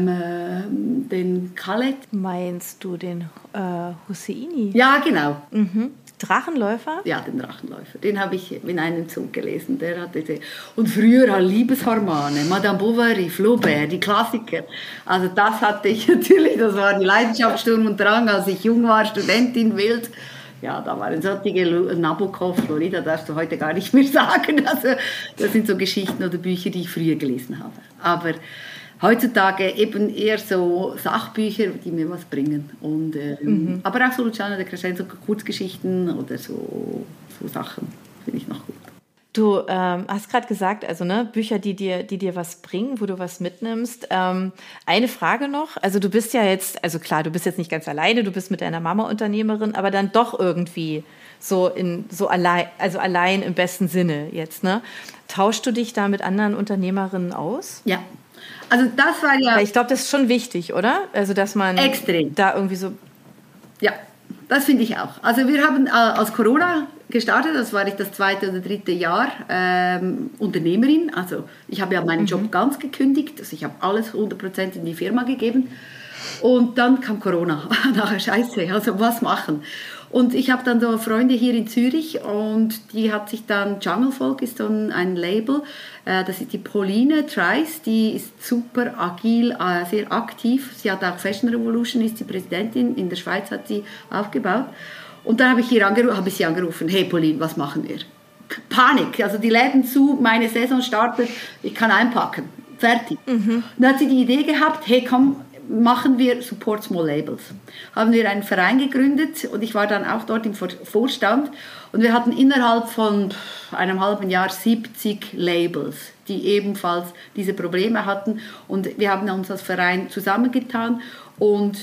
Khaled. Meinst du den Hosseini? Ja, genau. Drachenläufer? Ja, den Drachenläufer. Den habe ich in einem Zug gelesen. Der hatte und früher Liebeshormone, Madame Bovary, Flaubert, die Klassiker. Also das hatte ich natürlich, das war die Leidenschaft, Sturm und Drang, als ich jung war, Studentin, wild. Ja, da waren solche Nabokov, Florida, darfst du heute gar nicht mehr sagen. Also das sind so Geschichten oder Bücher, die ich früher gelesen habe. Aber heutzutage eben eher so Sachbücher, die mir was bringen. Und, aber auch so Luciano de Crescenzo, Kurzgeschichten oder so Sachen finde ich noch gut. Du hast gerade gesagt, also ne, Bücher, die dir was bringen, wo du was mitnimmst. Eine Frage noch, also du bist ja jetzt, also klar, du bist jetzt nicht ganz alleine, du bist mit deiner Mama Unternehmerin, aber dann doch irgendwie allein im besten Sinne jetzt, ne? Tauschst du dich da mit anderen Unternehmerinnen aus? Ja, also das war ja... Weil ich glaube, das ist schon wichtig, oder? Also dass man extrem da irgendwie so... Ja, das finde ich auch. Also wir haben als Corona gestartet, das war ich das 2. oder 3. Jahr Unternehmerin. Also ich habe ja meinen Job ganz gekündigt, also ich habe alles 100% in die Firma gegeben. Und dann kam Corona. Nachher scheiße, also was machen? Und ich habe dann so Freunde hier in Zürich und die hat sich dann, Jungle Folk ist so ein Label, das ist die Pauline Trice, die ist super agil, sehr aktiv. Sie hat auch Fashion Revolution, ist die Präsidentin, in der Schweiz hat sie aufgebaut. Und dann habe ich sie angerufen, hey Pauline, was machen wir? Panik, also die Läden zu, meine Saison startet, ich kann einpacken, fertig. Dann hat sie die Idee gehabt, hey komm, machen wir Support Small Labels. Haben wir einen Verein gegründet und ich war dann auch dort im Vorstand und wir hatten innerhalb von einem halben Jahr 70 Labels, die ebenfalls diese Probleme hatten und wir haben uns als Verein zusammengetan und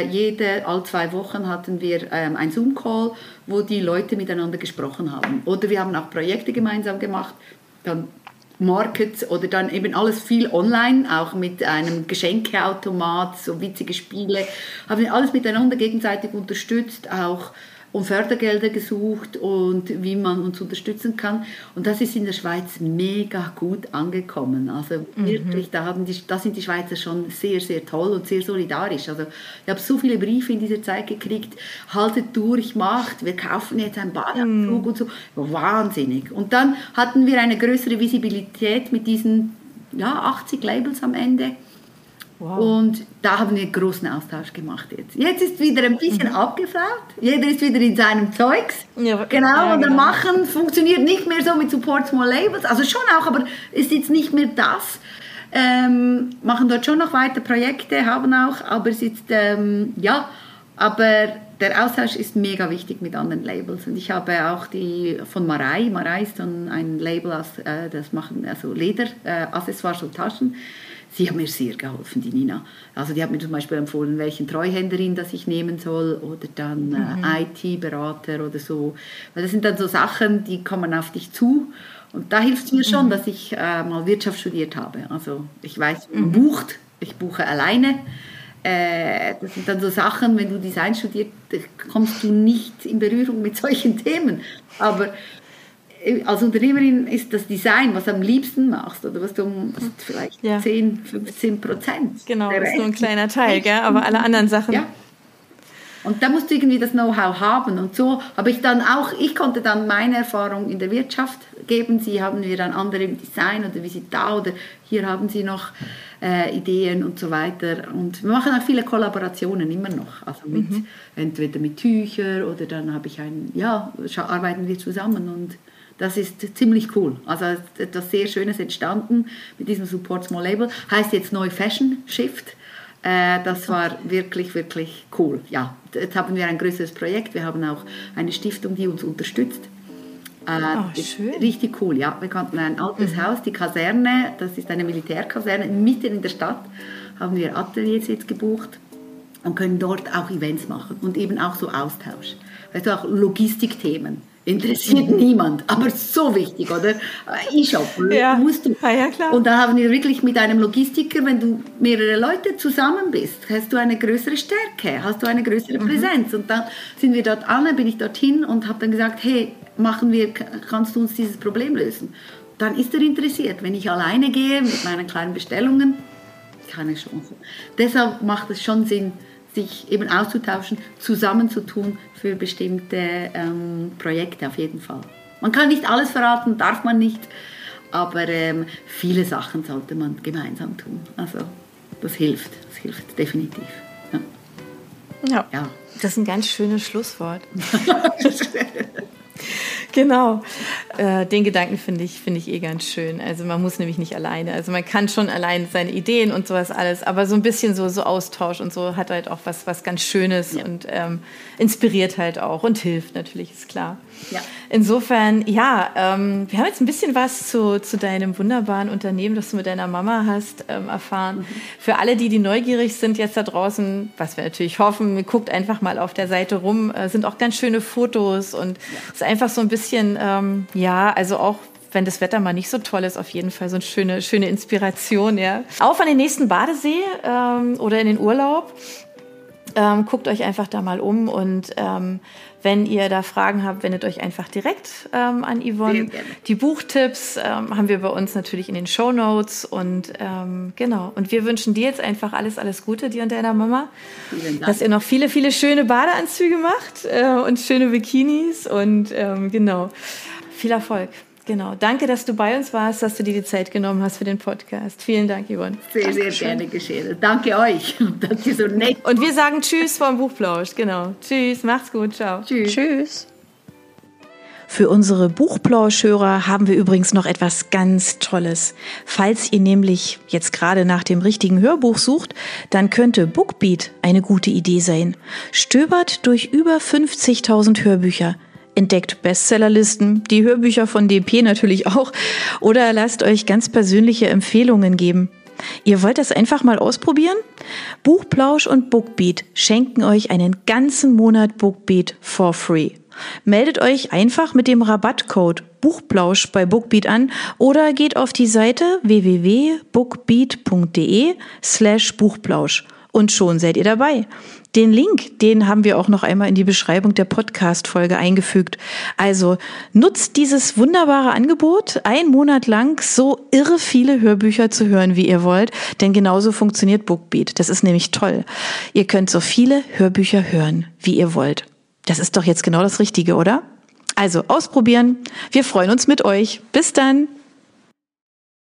all 2 Wochen hatten wir einen Zoom-Call, wo die Leute miteinander gesprochen haben. Oder wir haben auch Projekte gemeinsam gemacht, dann Markets oder dann eben alles viel online, auch mit einem Geschenkeautomat, so witzige Spiele, haben wir alles miteinander gegenseitig unterstützt, auch um Fördergelder gesucht und wie man uns unterstützen kann. Und das ist in der Schweiz mega gut angekommen. Also wirklich, da sind die Schweizer schon sehr, sehr toll und sehr solidarisch. Also ich habe so viele Briefe in dieser Zeit gekriegt, haltet durch, macht, wir kaufen jetzt einen Badeanzug und so. Wahnsinnig. Und dann hatten wir eine größere Visibilität mit diesen 80 Labels am Ende. Wow. Und da haben wir einen großen Austausch gemacht jetzt. Jetzt ist wieder ein bisschen abgeflaut. Jeder ist wieder in seinem Zeugs. Ja, genau, und dann machen funktioniert nicht mehr so mit Support Small Labels. Also schon auch, aber ist jetzt nicht mehr das. Machen dort schon noch weiter Projekte, haben auch, aber es ist, aber der Austausch ist mega wichtig mit anderen Labels. Und ich habe auch die von Marei. Marei ist dann ein Label, das machen also Leder, Accessoires und Taschen. Sie hat mir sehr geholfen, die Nina. Also die hat mir zum Beispiel empfohlen, welchen Treuhänderin das ich nehmen soll oder dann IT-Berater oder so. Weil das sind dann so Sachen, die kommen auf dich zu. Und da hilft es mir schon, dass ich mal Wirtschaft studiert habe. Also ich weiß, wie man bucht. Ich buche alleine. Das sind dann so Sachen, wenn du Design studierst, kommst du nicht in Berührung mit solchen Themen. Aber als Unternehmerin ist das Design, was du am liebsten machst, oder was du vielleicht 10-15%. Genau, das ist nur ein kleiner Teil, gell? Aber alle anderen Sachen. Ja. Und da musst du irgendwie das Know-how haben. Und so habe ich dann auch, ich konnte dann meine Erfahrung in der Wirtschaft geben. Sie haben mir dann andere im Design oder wie sie da oder hier haben sie noch Ideen und so weiter. Und wir machen auch viele Kollaborationen immer noch. Also entweder mit Tüchern oder dann habe ich arbeiten wir zusammen und das ist ziemlich cool. Also etwas sehr Schönes entstanden mit diesem Support Small Label. Heißt jetzt Neu Fashion Shift. Das war wirklich, wirklich cool. Ja, jetzt haben wir ein größeres Projekt. Wir haben auch eine Stiftung, die uns unterstützt. Schön. Richtig cool, ja. Wir konnten ein altes Haus, die Kaserne, das ist eine Militärkaserne, mitten in der Stadt, haben wir Ateliers jetzt gebucht und können dort auch Events machen und eben auch so Austausch. Weißt du, auch Logistikthemen. Interessiert niemand, aber so wichtig, oder? E-Shop, musst du. Ja, klar. Und da haben wir wirklich mit einem Logistiker, wenn du mehrere Leute zusammen bist, hast du eine größere Stärke, hast du eine größere Präsenz. Und dann sind wir dort bin ich dorthin und habe dann gesagt, hey, kannst du uns dieses Problem lösen? Dann ist er interessiert. Wenn ich alleine gehe mit meinen kleinen Bestellungen, keine Chance. Deshalb macht es schon Sinn, sich eben auszutauschen, zusammenzutun für bestimmte Projekte auf jeden Fall. Man kann nicht alles verraten, darf man nicht, aber viele Sachen sollte man gemeinsam tun. Also das hilft definitiv. Ja. Das ist ein ganz schönes Schlusswort. Genau. Den Gedanken finde ich eh ganz schön. Also man muss nämlich nicht alleine. Also man kann schon allein seine Ideen und sowas alles, aber so ein bisschen so Austausch und so hat halt auch was ganz Schönes und inspiriert halt auch und hilft natürlich, ist klar. Ja. Insofern, wir haben jetzt ein bisschen was zu deinem wunderbaren Unternehmen, das du mit deiner Mama hast, erfahren. Für alle, die neugierig sind jetzt da draußen, was wir natürlich hoffen, guckt einfach mal auf der Seite rum, sind auch ganz schöne Fotos und ist einfach so ein bisschen, also auch wenn das Wetter mal nicht so toll ist, auf jeden Fall so eine schöne Inspiration, ja. Auf an den nächsten Badesee oder in den Urlaub. Guckt euch einfach da mal um und wenn ihr da Fragen habt, wendet euch einfach direkt an Yvonne. Die Buchtipps haben wir bei uns natürlich in den Shownotes und genau. Und wir wünschen dir jetzt einfach alles Gute, dir und deiner Mama. Vielen Dank. Dass ihr noch viele, viele schöne Badeanzüge macht und schöne Bikinis und genau. Viel Erfolg. Genau. Danke, dass du bei uns warst, dass du dir die Zeit genommen hast für den Podcast. Vielen Dank, Yvonne. Sehr, sehr gerne geschehen. Danke euch, dass ihr so nett. Und wir sagen Tschüss vom Buchplausch. Genau. Tschüss, macht's gut. Ciao. Tschüss. Für unsere Buchplauschhörer haben wir übrigens noch etwas ganz Tolles. Falls ihr nämlich jetzt gerade nach dem richtigen Hörbuch sucht, dann könnte Bookbeat eine gute Idee sein. Stöbert durch über 50.000 Hörbücher. Entdeckt Bestsellerlisten, die Hörbücher von DP natürlich auch, oder lasst euch ganz persönliche Empfehlungen geben. Ihr wollt das einfach mal ausprobieren? Buchplausch und Bookbeat schenken euch einen ganzen Monat Bookbeat for free. Meldet euch einfach mit dem Rabattcode Buchplausch bei Bookbeat an oder geht auf die Seite www.bookbeat.de/Buchplausch und schon seid ihr dabei. Den Link, den haben wir auch noch einmal in die Beschreibung der Podcast-Folge eingefügt. Also nutzt dieses wunderbare Angebot, einen Monat lang so irre viele Hörbücher zu hören, wie ihr wollt, denn genauso funktioniert Bookbeat. Das ist nämlich toll. Ihr könnt so viele Hörbücher hören, wie ihr wollt. Das ist doch jetzt genau das Richtige, oder? Also ausprobieren. Wir freuen uns mit euch. Bis dann.